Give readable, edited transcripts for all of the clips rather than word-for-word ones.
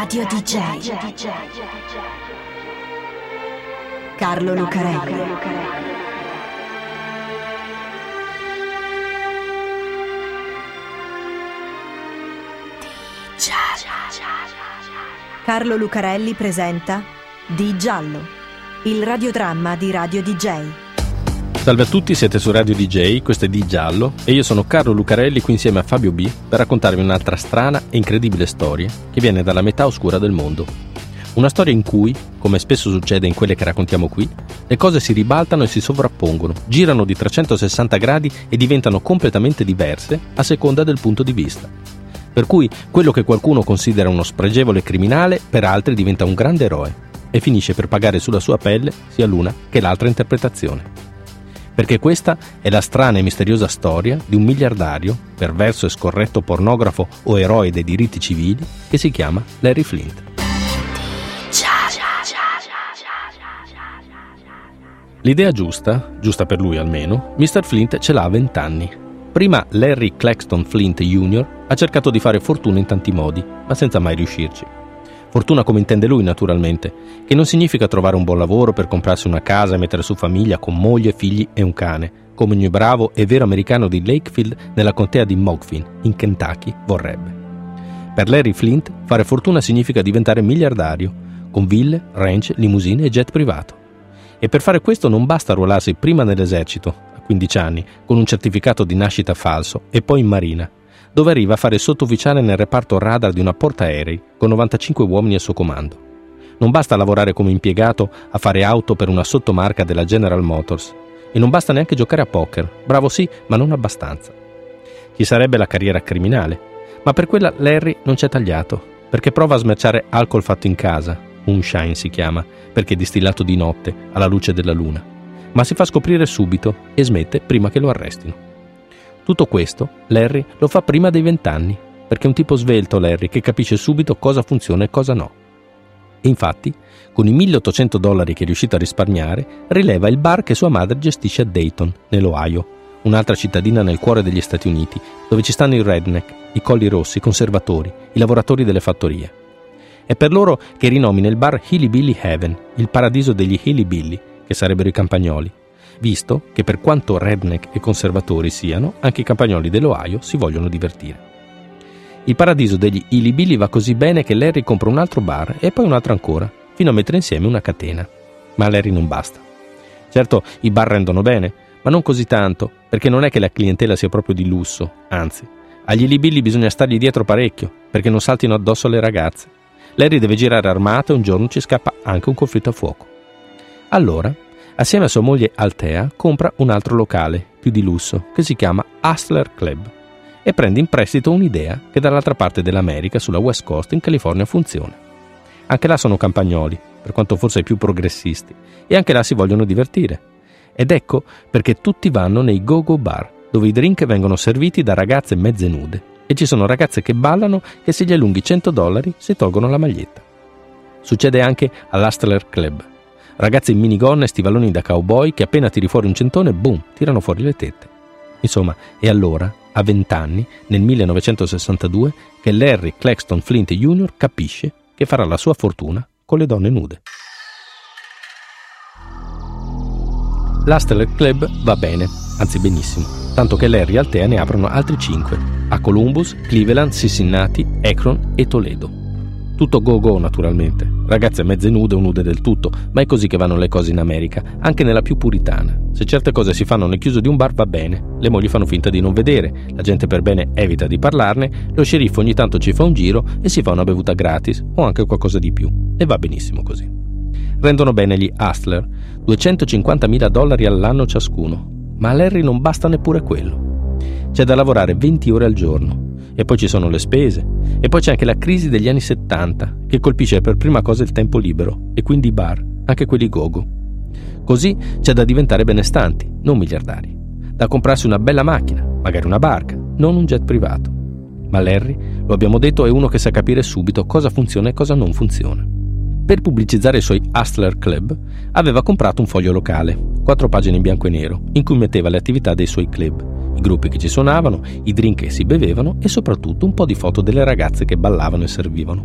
Radio DJ. Carlo Lucarelli. Carlo Lucarelli presenta Di Giallo, il radiodramma di Radio DJ. Salve a tutti, siete su Radio DJ, questo è Di Giallo e io sono Carlo Lucarelli qui insieme a Fabio B per raccontarvi un'altra strana e incredibile storia che viene dalla metà oscura del mondo. Una storia in cui, come spesso succede in quelle che raccontiamo qui, le cose si ribaltano e si sovrappongono, girano di 360 gradi e diventano completamente diverse a seconda del punto di vista. Per cui quello che qualcuno considera uno spregevole criminale per altri diventa un grande eroe e finisce per pagare sulla sua pelle sia l'una che l'altra interpretazione. Perché questa è la strana e misteriosa storia di un miliardario, perverso e scorretto pornografo o eroe dei diritti civili che si chiama Larry Flynt. L'idea giusta per lui almeno, Mr. Flynt ce l'ha a 20 anni. Prima Larry Claxton Flynt Jr. ha cercato di fare fortuna in tanti modi, ma senza mai riuscirci. Fortuna come intende lui, naturalmente, che non significa trovare un buon lavoro per comprarsi una casa e mettere su famiglia con moglie, figli e un cane, come ogni bravo e vero americano di Lakefield nella contea di Moncton, in Kentucky, vorrebbe. Per Larry Flynt, fare fortuna significa diventare miliardario, con ville, ranch, limousine e jet privato. E per fare questo non basta arruolarsi prima nell'esercito, a 15 anni, con un certificato di nascita falso, e poi in marina, dove arriva a fare sottufficiale nel reparto radar di una portaerei con 95 uomini a suo comando. Non basta lavorare come impiegato a fare auto per una sottomarca della General Motors e non basta neanche giocare a poker, bravo sì, ma non abbastanza. Ci sarebbe la carriera criminale, ma per quella Larry non c'è tagliato, perché prova a smerciare alcol fatto in casa, moonshine si chiama, perché è distillato di notte alla luce della luna, ma si fa scoprire subito e smette prima che lo arrestino. Tutto questo Larry lo fa prima dei 20 anni, perché è un tipo svelto Larry che capisce subito cosa funziona e cosa no. E infatti, con i $1.800 che è riuscito a risparmiare, rileva il bar che sua madre gestisce a Dayton, nell'Ohio, un'altra cittadina nel cuore degli Stati Uniti, dove ci stanno i redneck, i colli rossi, i conservatori, i lavoratori delle fattorie. È per loro che rinomina il bar Hillbilly Heaven, il paradiso degli hillbilly, che sarebbero i campagnoli, visto che per quanto redneck e conservatori siano, anche i campagnoli dell'Ohio si vogliono divertire. Il paradiso degli hillbilly va così bene che Larry compra un altro bar e poi un altro ancora, fino a mettere insieme una catena. Ma a Larry non basta. Certo, i bar rendono bene, ma non così tanto, perché non è che la clientela sia proprio di lusso, anzi, agli hillbilly bisogna stargli dietro parecchio, perché non saltino addosso alle ragazze. Larry deve girare armato e un giorno ci scappa anche un conflitto a fuoco. Allora, assieme a sua moglie Althea, compra un altro locale, più di lusso, che si chiama Hustler Club, e prende in prestito un'idea che dall'altra parte dell'America, sulla West Coast, in California, funziona. Anche là sono campagnoli, per quanto forse più progressisti, e anche là si vogliono divertire. Ed ecco perché tutti vanno nei go-go bar, dove i drink vengono serviti da ragazze mezze nude, e ci sono ragazze che ballano che se gli allunghi $100 si tolgono la maglietta. Succede anche all'Hustler Club. Ragazze in minigonne e stivaloni da cowboy che appena tiri fuori un centone, boom, tirano fuori le tette. Insomma, è allora, a 20 anni, nel 1962, che Larry Claxton Flynt Jr. capisce che farà la sua fortuna con le donne nude. L'Hustler Club va bene, anzi benissimo, tanto che Larry e Althea ne aprono altri 5, a Columbus, Cleveland, Cincinnati, Akron e Toledo. Tutto go-go naturalmente, ragazze mezze nude o nude del tutto, ma è così che vanno le cose in America, anche nella più puritana. Se certe cose si fanno nel chiuso di un bar va bene, le mogli fanno finta di non vedere, la gente per bene evita di parlarne, lo sceriffo ogni tanto ci fa un giro e si fa una bevuta gratis o anche qualcosa di più, e va benissimo così. Rendono bene gli hustler, $250.000 all'anno ciascuno, ma a Larry non basta neppure quello. C'è da lavorare 20 ore al giorno. E poi ci sono le spese, e poi c'è anche la crisi degli anni 70 che colpisce per prima cosa il tempo libero e quindi i bar, anche quelli go-go. Così c'è da diventare benestanti, non miliardari, da comprarsi una bella macchina, magari una barca, non un jet privato. Ma Larry, lo abbiamo detto, è uno che sa capire subito cosa funziona e cosa non funziona. Per pubblicizzare i suoi Hustler Club aveva comprato un foglio locale, 4 pagine in bianco e nero, in cui metteva le attività dei suoi club, i gruppi che ci suonavano, i drink che si bevevano e soprattutto un po' di foto delle ragazze che ballavano e servivano.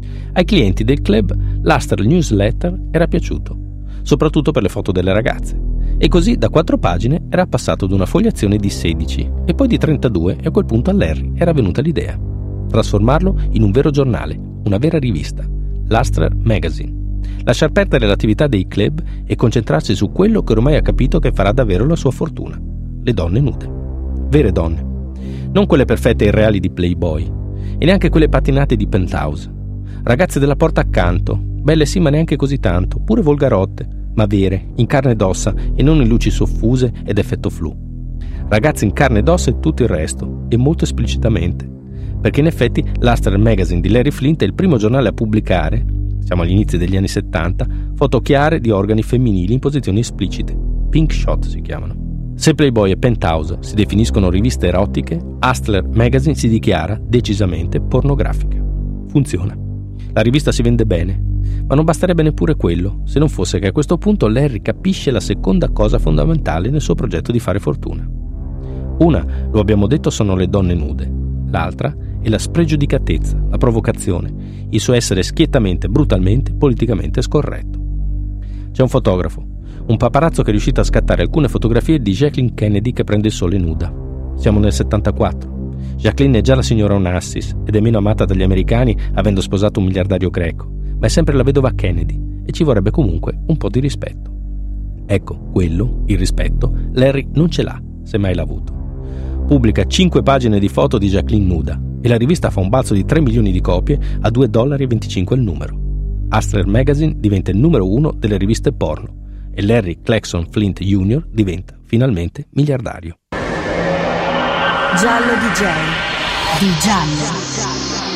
Ai clienti del club l'Astor Newsletter era piaciuto, soprattutto per le foto delle ragazze, e così da 4 pagine era passato ad una fogliazione di 16 e poi di 32, e a quel punto a Larry era venuta l'idea: trasformarlo in un vero giornale, una vera rivista, l'Astor Magazine. Lasciar perdere l'attività dei club e concentrarsi su quello che ormai ha capito che farà davvero la sua fortuna: le donne nude. Vere donne. Non quelle perfette e irreali di Playboy, e neanche quelle patinate di Penthouse. Ragazze della porta accanto, belle sì ma neanche così tanto, pure volgarotte, ma vere, in carne ed ossa e non in luci soffuse ed effetto flu. Ragazze in carne ed ossa e tutto il resto, e molto esplicitamente, perché in effetti l'Astor Magazine di Larry Flynt è il primo giornale a pubblicare, siamo agli inizi degli anni 70, foto chiare di organi femminili in posizioni esplicite. Pink shot si chiamano. Se Playboy e Penthouse si definiscono riviste erotiche, Astor Magazine si dichiara decisamente pornografica. Funziona. La rivista si vende bene, ma non basterebbe neppure quello, se non fosse che a questo punto Larry capisce la seconda cosa fondamentale nel suo progetto di fare fortuna. Una, lo abbiamo detto, sono le donne nude. L'altra è la spregiudicatezza, la provocazione, il suo essere schiettamente, brutalmente, politicamente scorretto. C'è un fotografo, un paparazzo che è riuscito a scattare alcune fotografie di Jacqueline Kennedy che prende il sole nuda. Siamo nel 74. Jacqueline è già la signora Onassis ed è meno amata dagli americani avendo sposato un miliardario greco, ma è sempre la vedova Kennedy e ci vorrebbe comunque un po' di rispetto. Ecco, quello, il rispetto, Larry non ce l'ha, se mai l'ha avuto. Pubblica 5 pagine di foto di Jacqueline nuda e la rivista fa un balzo di 3 milioni di copie a $2,25 il numero. Astor Magazine diventa il numero 1 delle riviste porno e Larry Clarkson Flynt Jr. diventa finalmente miliardario. Giallo DJ di Giallo.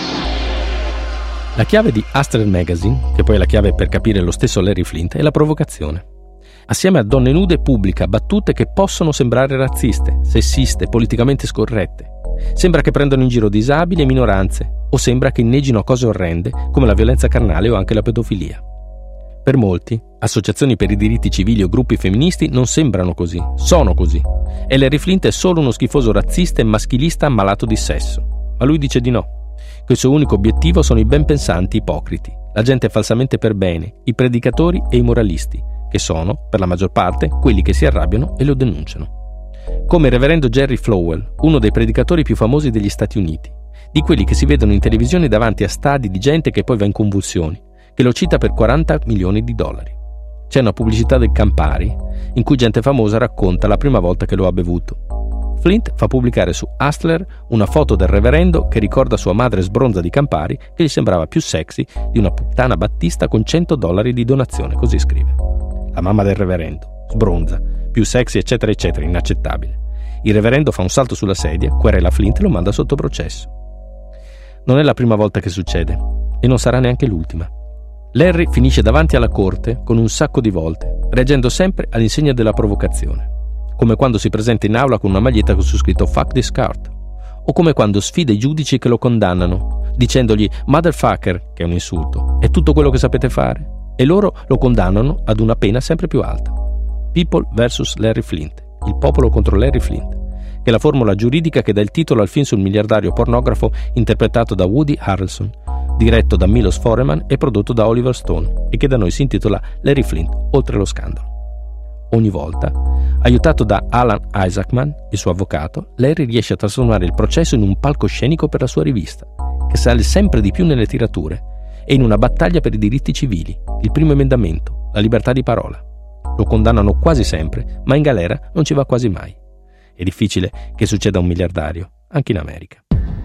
La chiave di Astor Magazine, che poi è la chiave per capire lo stesso Larry Flynt, è la provocazione. Assieme a donne nude pubblica battute che possono sembrare razziste, sessiste, politicamente scorrette. Sembra che prendano in giro disabili e minoranze, o sembra che inneggino a cose orrende come la violenza carnale o anche la pedofilia. Per molti, associazioni per i diritti civili o gruppi femministi non sembrano così, sono così. E Larry Flynt è solo uno schifoso razzista e maschilista ammalato di sesso. Ma lui dice di no. Che il suo unico obiettivo sono i ben pensanti ipocriti, la gente falsamente per bene, i predicatori e i moralisti, che sono, per la maggior parte, quelli che si arrabbiano e lo denunciano. Come il reverendo Jerry Falwell, uno dei predicatori più famosi degli Stati Uniti, di quelli che si vedono in televisione davanti a stadi di gente che poi va in convulsioni, che lo cita per $40 milioni. C'è una pubblicità del Campari in cui gente famosa racconta la prima volta che lo ha bevuto. Flynt fa pubblicare su Hustler una foto del reverendo che ricorda sua madre sbronza di Campari che gli sembrava più sexy di una puttana battista con $100 di donazione, così scrive. La mamma del reverendo, sbronza, più sexy eccetera eccetera, inaccettabile. Il reverendo fa un salto sulla sedia, querela Flynt e lo manda sotto processo. Non è la prima volta che succede e non sarà neanche l'ultima. Larry finisce davanti alla corte con un sacco di volte, reagendo sempre all'insegna della provocazione, come quando si presenta in aula con una maglietta con su scritto "Fuck this court", o come quando sfida i giudici che lo condannano, dicendogli "motherfucker", che è un insulto, "è tutto quello che sapete fare", e loro lo condannano ad una pena sempre più alta. People vs. Larry Flynt, il popolo contro Larry Flynt, che è la formula giuridica che dà il titolo al film sul miliardario pornografo interpretato da Woody Harrelson, diretto da Milos Forman e prodotto da Oliver Stone, e che da noi si intitola Larry Flynt, oltre lo scandalo. Ogni volta, aiutato da Alan Isaacman, il suo avvocato, Larry riesce a trasformare il processo in un palcoscenico per la sua rivista, che sale sempre di più nelle tirature, e in una battaglia per i diritti civili, il primo emendamento, la libertà di parola. Lo condannano quasi sempre, ma in galera non ci va quasi mai. È difficile che succeda a un miliardario, anche in America.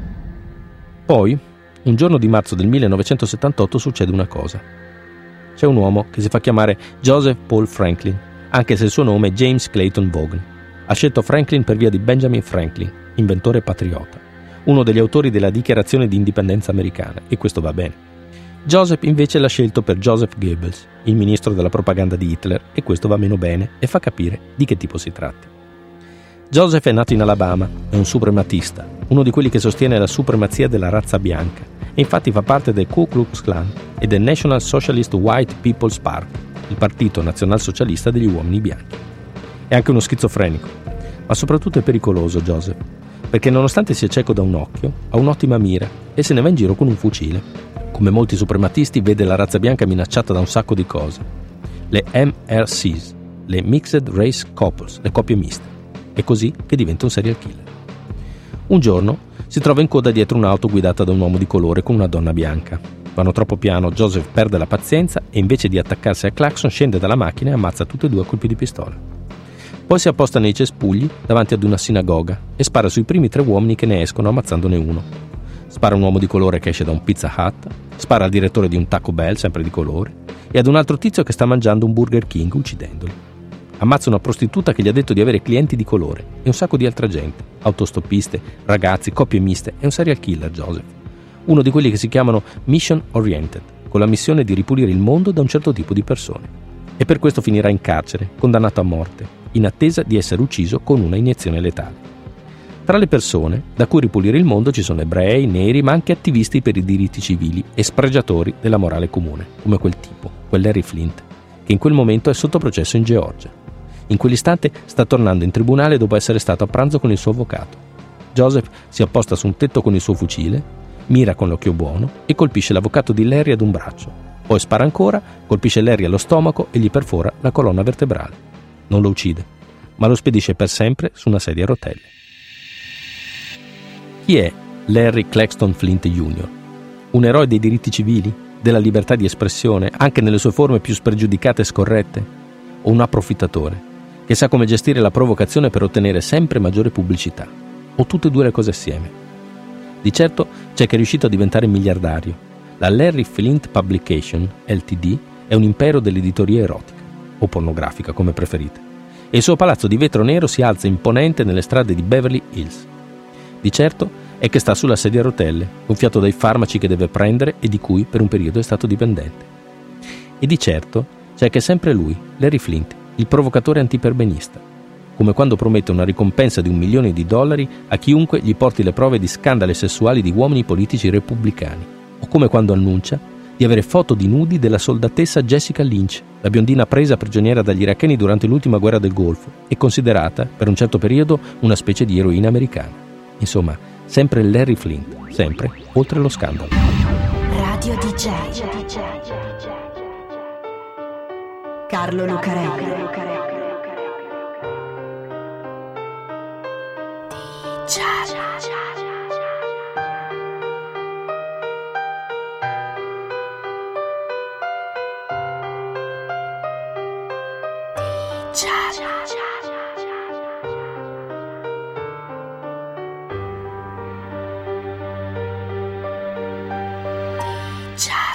Poi, un giorno di marzo del 1978 succede una cosa. C'è un uomo che si fa chiamare Joseph Paul Franklin, anche se il suo nome è James Clayton Vaughan. Ha scelto Franklin per via di Benjamin Franklin, inventore e patriota, uno degli autori della Dichiarazione di Indipendenza americana, e questo va bene. Joseph invece l'ha scelto per Joseph Goebbels, il ministro della propaganda di Hitler, e questo va meno bene e fa capire di che tipo si tratti. Joseph è nato in Alabama, è un suprematista, uno di quelli che sostiene la supremazia della razza bianca, e infatti fa parte del Ku Klux Klan e del National Socialist White People's Party, il partito nazionalsocialista degli uomini bianchi. È anche uno schizofrenico, ma soprattutto è pericoloso Joseph, perché nonostante sia cieco da un occhio, ha un'ottima mira e se ne va in giro con un fucile. Come molti suprematisti, vede la razza bianca minacciata da un sacco di cose. Le MRCs, le Mixed Race Couples, le coppie miste. È così che diventa un serial killer. Un giorno si trova in coda dietro un'auto guidata da un uomo di colore con una donna bianca. Vanno troppo piano, Joseph perde la pazienza e invece di attaccarsi al clacson scende dalla macchina e ammazza tutti e due a colpi di pistola. Poi si apposta nei cespugli davanti ad una sinagoga e spara sui primi 3 uomini che ne escono ammazzandone uno. Spara a un uomo di colore che esce da un Pizza Hut, spara al direttore di un Taco Bell, sempre di colore, e ad un altro tizio che sta mangiando un Burger King uccidendolo. Ammazza una prostituta che gli ha detto di avere clienti di colore e un sacco di altra gente, autostoppiste, ragazzi, coppie miste. È un serial killer, Joseph. Uno di quelli che si chiamano mission oriented, con la missione di ripulire il mondo da un certo tipo di persone. E per questo finirà in carcere, condannato a morte, in attesa di essere ucciso con una iniezione letale. Tra le persone da cui ripulire il mondo ci sono ebrei, neri, ma anche attivisti per i diritti civili e spregiatori della morale comune, come quel tipo, quel Larry Flynt, che in quel momento è sotto processo in Georgia. In quell'istante sta tornando in tribunale dopo essere stato a pranzo con il suo avvocato. Joseph si apposta su un tetto con il suo fucile, mira con l'occhio buono e colpisce l'avvocato di Larry ad un braccio. Poi spara ancora, colpisce Larry allo stomaco e gli perfora la colonna vertebrale. Non lo uccide, ma lo spedisce per sempre su una sedia a rotelle. Chi è Larry Claxton Flynt Jr.? Un eroe dei diritti civili? Della libertà di espressione, anche nelle sue forme più spregiudicate e scorrette? O un approfittatore che sa come gestire la provocazione per ottenere sempre maggiore pubblicità? O tutte e due le cose assieme? Di certo c'è chi è riuscito a diventare miliardario. La Larry Flynt Publication Ltd. È un impero dell'editoria erotica, o pornografica come preferite, e il suo palazzo di vetro nero si alza imponente nelle strade di Beverly Hills. Di certo è che sta sulla sedia a rotelle, gonfiato dai farmaci che deve prendere e di cui per un periodo è stato dipendente. E di certo c'è che è sempre lui, Larry Flynt, il provocatore antiperbenista, come quando promette una ricompensa di $1 milione a chiunque gli porti le prove di scandali sessuali di uomini politici repubblicani, o come quando annuncia di avere foto di nudi della soldatessa Jessica Lynch, la biondina presa prigioniera dagli iracheni durante l'ultima guerra del Golfo e considerata, per un certo periodo, una specie di eroina americana. Insomma, sempre Larry Flynt, sempre oltre lo scandalo. Radio DJ Carlo Lucarelli. Ciao.